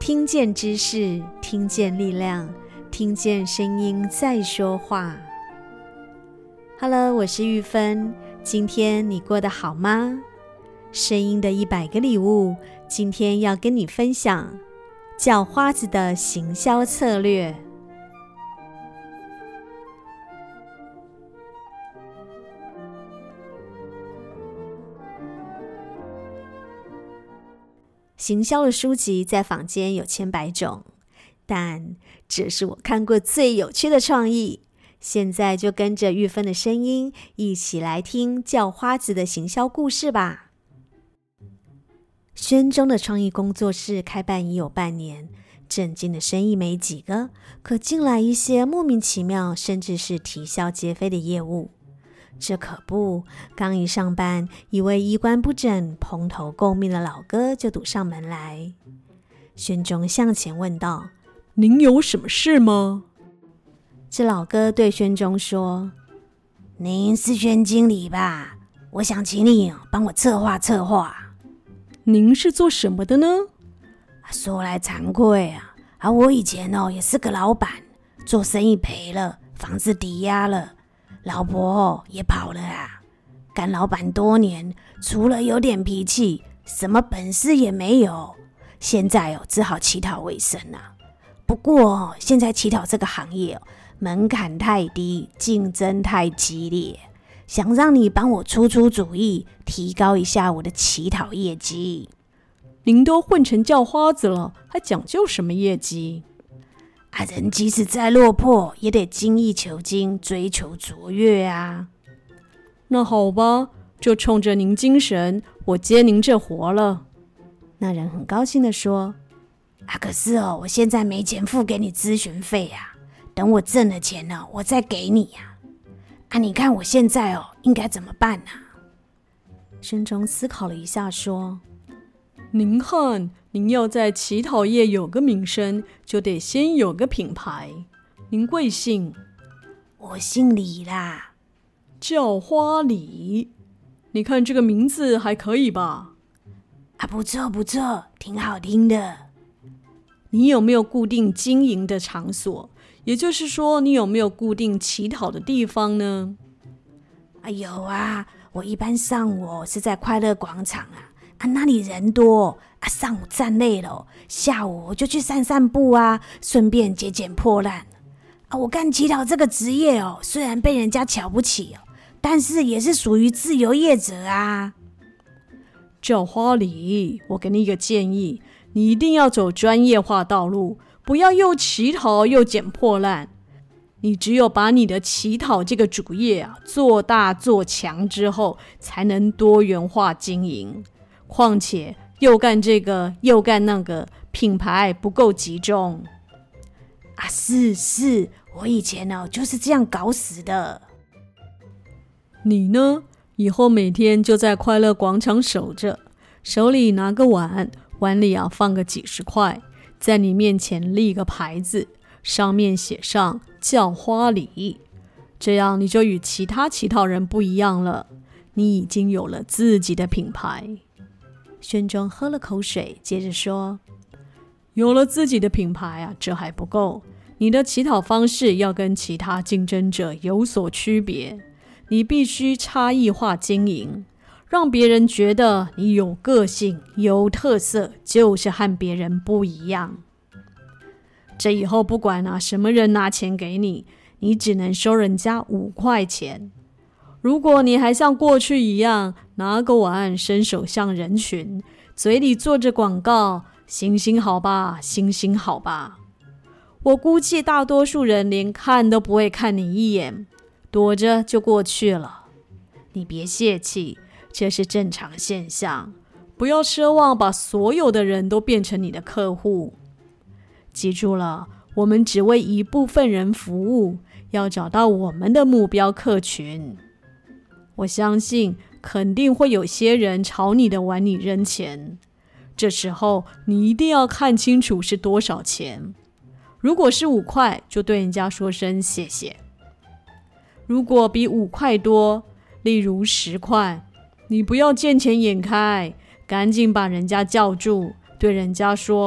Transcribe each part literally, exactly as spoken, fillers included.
听见知识，听见力量，听见声音在说话。Hello， 我是玉芬，今天你过得好吗？声音的一百个礼物，今天要跟你分享叫花子的行销策略。行销的书籍在坊间有千百种，但这是我看过最有趣的创意。现在就跟着玉芬的声音，一起来听叫花子的行销故事吧。轩中的创意工作室开办已有半年，正经的生意没几个，可进来一些莫名其妙，甚至是啼笑皆非的业务。这可不，刚一上班，一位衣冠不整、蓬头垢面的老哥就堵上门来。轩中向前问道：“ 您有什么事吗？” 这老哥对轩中说：“ 您是轩经理吧？我想请你帮我策划策划。”“ 您是做什么的呢？”“ 说来惭愧啊，啊我以前哦也是个老板，做生意赔了，房子抵押了。老婆哦也跑了啊，干老板多年，除了有点脾气，什么本事也没有。现在哦只好乞讨为生啊。不过哦，现在乞讨这个行业哦，门槛太低，竞争太激烈，想让你帮我出出主意，提高一下我的乞讨业绩。”“ 您都混成叫花子了，还讲究什么业绩？”“ 啊，人即使再落魄，也得精益求精，追求卓越啊。”“ 那好吧，就冲着您精神，我接您这活了。” 那人很高兴地说：“ 啊，可是哦，我现在没钱付给你咨询费啊，等我挣了钱了，我再给你呀。啊，你看我现在哦，应该怎么办啊？” 轩中思考了一下，说：“ 您看，您要在乞讨业有个名声，就得先有个品牌。您贵姓？”“ 我姓李啦。”“ 叫花李。你看这个名字还可以吧？”“ 啊，不错不错，挺好听的。”“ 你有没有固定经营的场所？也就是说，你有没有固定乞讨的地方呢？”“ 啊，有啊，我一般上午是在快乐广场啊。啊，那里人多啊，上午站累了，下午我就去散散步啊，顺便捡捡破烂。啊，我干乞讨这个职业哦，虽然被人家瞧不起哦，但是也是属于自由业者啊。”“ 叫花李，我给你一个建议，你一定要走专业化道路，不要又乞讨又捡破烂。你只有把你的乞讨这个主业啊做大做强之后，才能多元化经营。况且又干这个又干那个，品牌不够集中。”“ 啊，是是，我以前哦就是这样搞死的。”“ 你呢？以后每天就在快乐广场守着，手里拿个碗，碗里啊放个几十块，在你面前立个牌子，上面写上叫花李，这样你就与其他乞讨人不一样了，你已经有了自己的品牌。” 轩中喝了口水，接着说：“ 有了自己的品牌啊，这还不够，你的乞讨方式要跟其他竞争者有所区别，你必须差异化经营，让别人觉得你有个性、有特色，就是和别人不一样。这以后不管拿什么人拿钱给你，你只能收人家五块钱。如果你还像过去一样拿个碗伸手向人群，嘴里做着广告，行行好吧，行行好吧，我估计大多数人连看都不会看你一眼，躲着就过去了。你别泄气，这是正常现象，不要奢望把所有的人都变成你的客户。记住了，我们只为一部分人服务，要找到我们的目标客群。我相信肯定会有些人朝你的碗里扔钱，这时候你一定要看清楚是多少钱。如果是五块，就对人家说声谢谢。如果比五块多，例如十块，你不要见钱眼开，赶紧把人家叫住，对人家说：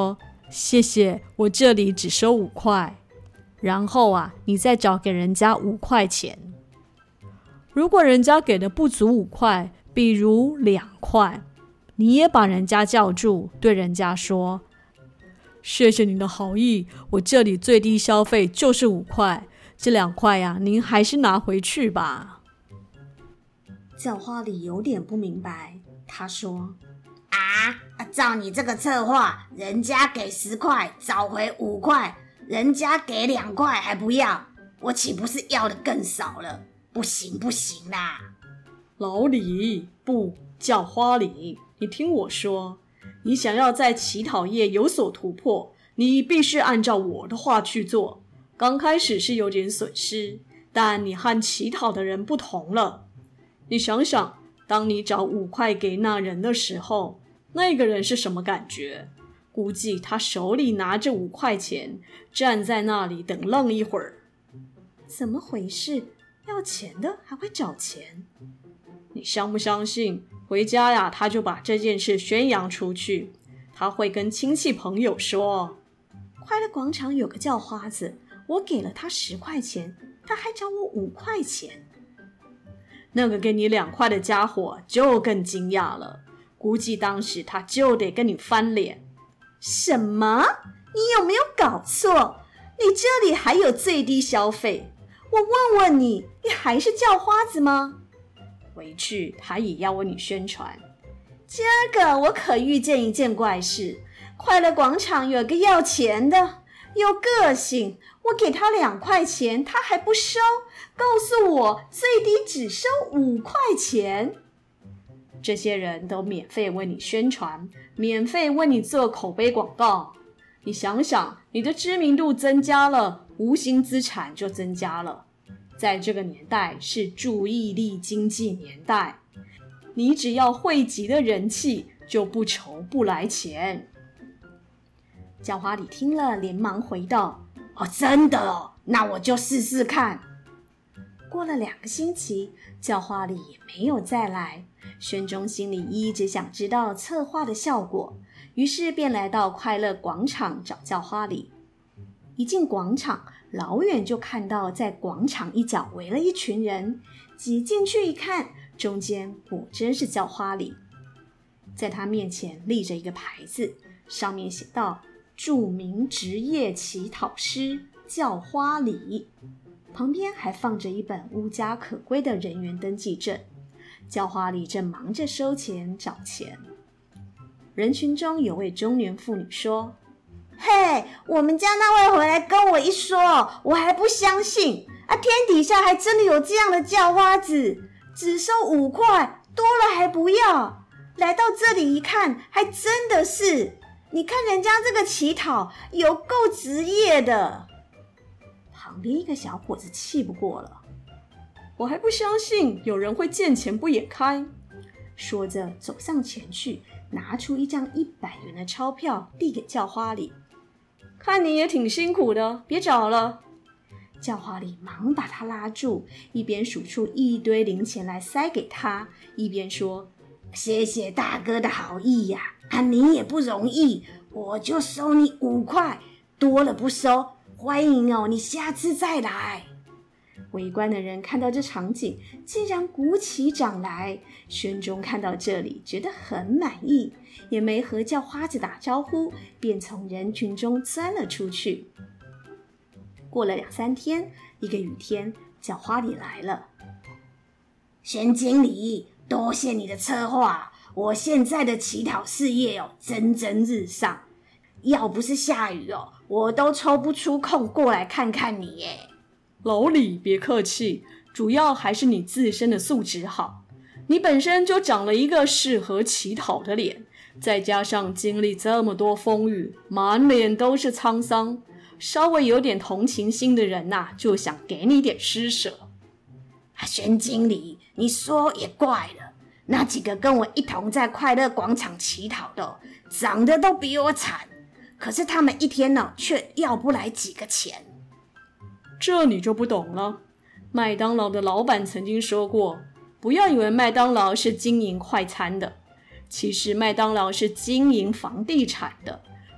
谢谢，我这里只收五块。然后啊，你再找给人家五块钱。如果人家给的不足五块，比如两块，你也把人家叫住，对人家说：谢谢您的好意，我这里最低消费就是五块，这两块呀、啊，您还是拿回去吧。 叫花里有点不明白，他说： 啊，照你这个策划，人家给十块，找回五块，人家给两块还不要，我岂不是要的更少了？不行不行啦！ 老李，不，叫花里，你听我说，你想要在乞讨业有所突破，你必须按照我的话去做。刚开始是有点损失，但你和乞讨的人不同了。你想想，当你找五块给那人的时候，那个人是什么感觉？估计他手里拿着五块钱，站在那里等愣一会儿。 怎么回事？要钱的还会找钱？ 你相不相信？回家呀，他就把这件事宣扬出去。他会跟亲戚朋友说： 快乐广场有个叫花子，我给了他十块钱，他还找我五块钱。 那个给你两块的家伙就更惊讶了，估计当时他就得跟你翻脸。 什么？你有没有搞错？你这里还有最低消费？我问问你，你还是叫花子吗？ 回去他也要为你宣传。 今儿个我可遇见一件怪事，快乐广场有个要钱的，有个性，我给他两块钱，他还不收，告诉我最低只收五块钱。 这些人都免费为你宣传，免费为你做口碑广告。你想想，你的知名度增加了，无形资产就增加了。在这个年代是注意力经济年代，你只要汇集的人气，就不愁不来钱。 叫花里听了，连忙回道： 哦，真的哦，那我就试试看。 过了两个星期，叫花里也没有再来。宣忠心里一直想知道策划的效果，于是便来到快乐广场找叫花里。一进广场，老远就看到在广场一角围了一群人，挤进去一看，中间果真是叫花里。在他面前立着一个牌子，上面写道：著名职业乞讨师叫花里。旁边还放着一本无家可归的人员登记证。叫花里正忙着收钱找钱。人群中有位中年妇女说： 嘿，我们家那位回来跟我一说，我还不相信啊！天底下还真的有这样的叫花子，只收五块，多了还不要。来到这里一看，还真的是，你看人家这个乞讨有够职业的。 旁边一个小伙子气不过了： 我还不相信有人会见钱不眼开。 说着走上前去，拿出一张一百元的钞票递给叫花里。 看你也挺辛苦的，别找了。 叫花里忙把他拉住，一边数出一堆零钱来塞给他，一边说： 谢谢大哥的好意呀、啊，啊你也不容易，我就收你五块，多了不收，欢迎哦，你下次再来。 围观的人看到这场景，竟然鼓起掌来。宣忠看到这里，觉得很满意，也没和叫花子打招呼，便从人群中钻了出去。过了两三天，一个雨天，叫花里来了。 宣经理，多谢你的策划，我现在的乞讨事业哦，蒸蒸日上。要不是下雨哦，我都抽不出空过来看看你耶。 老李，别客气，主要还是你自身的素质好。你本身就长了一个适合乞讨的脸，再加上经历这么多风雨，满脸都是沧桑，稍微有点同情心的人呐、啊，就想给你点施舍。 啊，宣经理，你说也怪了，那几个跟我一同在快乐广场乞讨的，长得都比我惨，可是他们一天呢，却要不来几个钱。 这你就不懂了。麦当劳的老板曾经说过，不要以为麦当劳是经营快餐的，其实麦当劳是经营房地产的，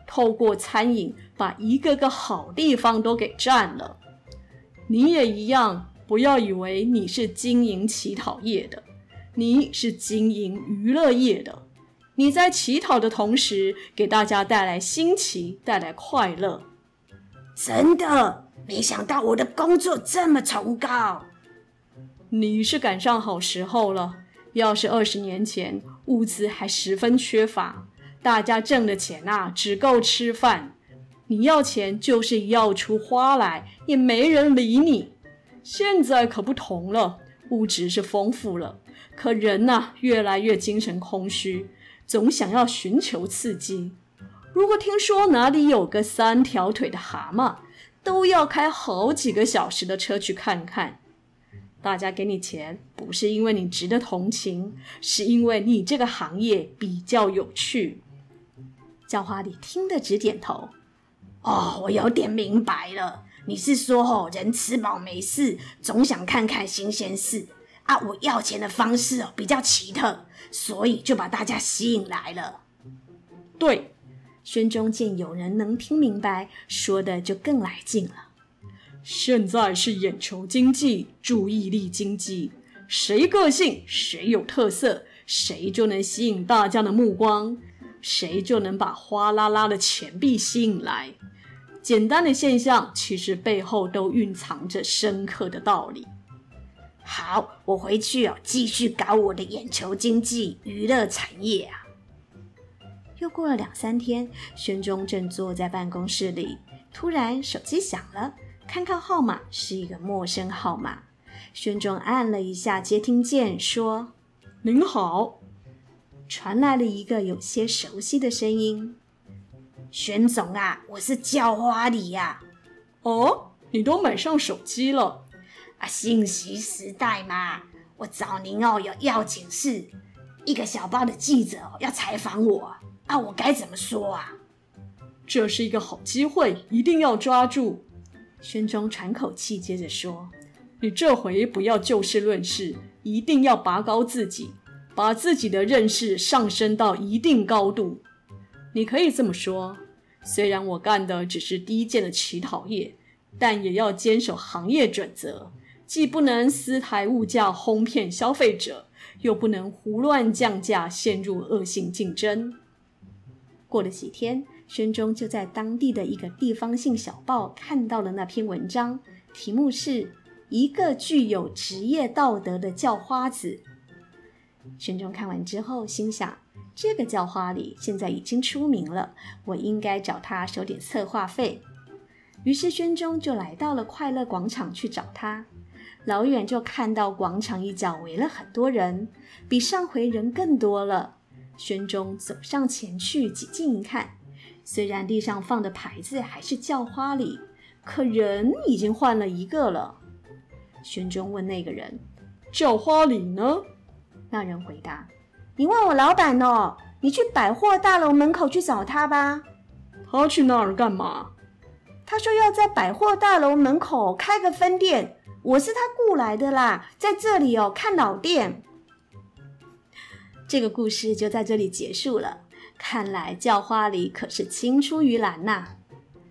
透过餐饮把一个个好地方都给占了。你也一样，不要以为你是经营乞讨业的，你是经营娱乐业的。你在乞讨的同时，给大家带来新奇，带来快乐。 真的，没想到我的工作这么崇高。 你是赶上好时候了。要是二十年前，物资还十分缺乏，大家挣的钱啊，只够吃饭。你要钱就是要出花来，也没人理你。现在可不同了，物质是丰富了，可人啊，越来越精神空虚，总想要寻求刺激。如果听说哪里有个三条腿的蛤蟆，都要开好几个小时的车去看看。大家给你钱，不是因为你值得同情，是因为你这个行业比较有趣。叫花里听得直点头。 哦，我有点明白了。你是说哦，人吃饱没事，总想看看新鲜事啊？我要钱的方式哦比较奇特，所以就把大家吸引来了。 对， 轩中见有人能听明白，说的就更来劲了。 现在是眼球经济、注意力经济，谁个性，谁有特色，谁就能吸引大家的目光，谁就能把哗啦啦的钱币吸引来。简单的现象，其实背后都蕴藏着深刻的道理。 好，我回去哦，继续搞我的眼球经济娱乐产业啊。 又过了两三天，轩中正坐在办公室里，突然手机响了。看看号码，是一个陌生号码。轩中按了一下接听键，说： 您好。 传来了一个有些熟悉的声音： 轩总啊，我是叫花里呀、 啊。哦，你都买上手机了啊？信息时代嘛，我找您哦有要紧事，一个小报的记者、哦、要采访我啊，我该怎么说啊？ 这是一个好机会，一定要抓住。 轩中喘口气，接着说： 你这回不要就事论事，一定要拔高自己，把自己的认识上升到一定高度。你可以这么说，虽然我干的只是低贱的乞讨业，但也要坚守行业准则，既不能私抬物价哄骗消费者，又不能胡乱降价，陷入恶性竞争。 过了几天，轩中就在当地的一个地方性小报看到了那篇文章，题目是一个具有职业道德的叫花子。轩中看完之后心想，这个叫花里现在已经出名了，我应该找他收点策划费。于是轩中就来到了快乐广场去找他。老远就看到广场一角围了很多人，比上回人更多了。轩中走上前去挤近一看，虽然地上放的牌子还是叫花里，可人已经换了一个了。轩中问那个人： 叫花里呢？ 那人回答：你问我老板哦，你去百货大楼门口去找他吧。 他去那儿干嘛？ 他说要在百货大楼门口开个分店，我是他雇来的啦，在这里哦看老店。这个故事就在这里结束了。看来叫花里可是青出于蓝呐、啊。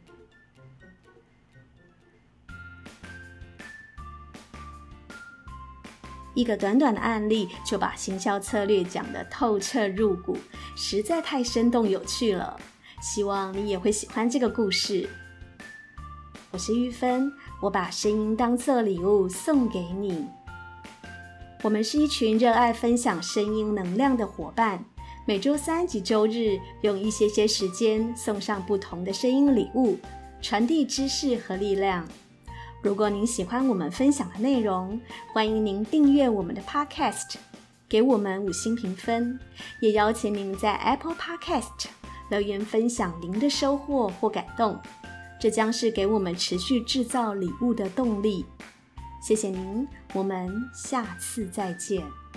一个短短的案例就把行销策略讲得透彻入骨，实在太生动有趣了。希望你也会喜欢这个故事。我是玉芬，我把声音当作礼物送给你。我们是一群热爱分享声音能量的伙伴，每周三及周日用一些些时间送上不同的声音礼物，传递知识和力量。如果您喜欢我们分享的内容，欢迎您订阅我们的 Podcast， 给我们五星评分，也邀请您在 Apple Podcast 留言分享您的收获或感动，这将是给我们持续制造礼物的动力。谢谢您，我们下次再见。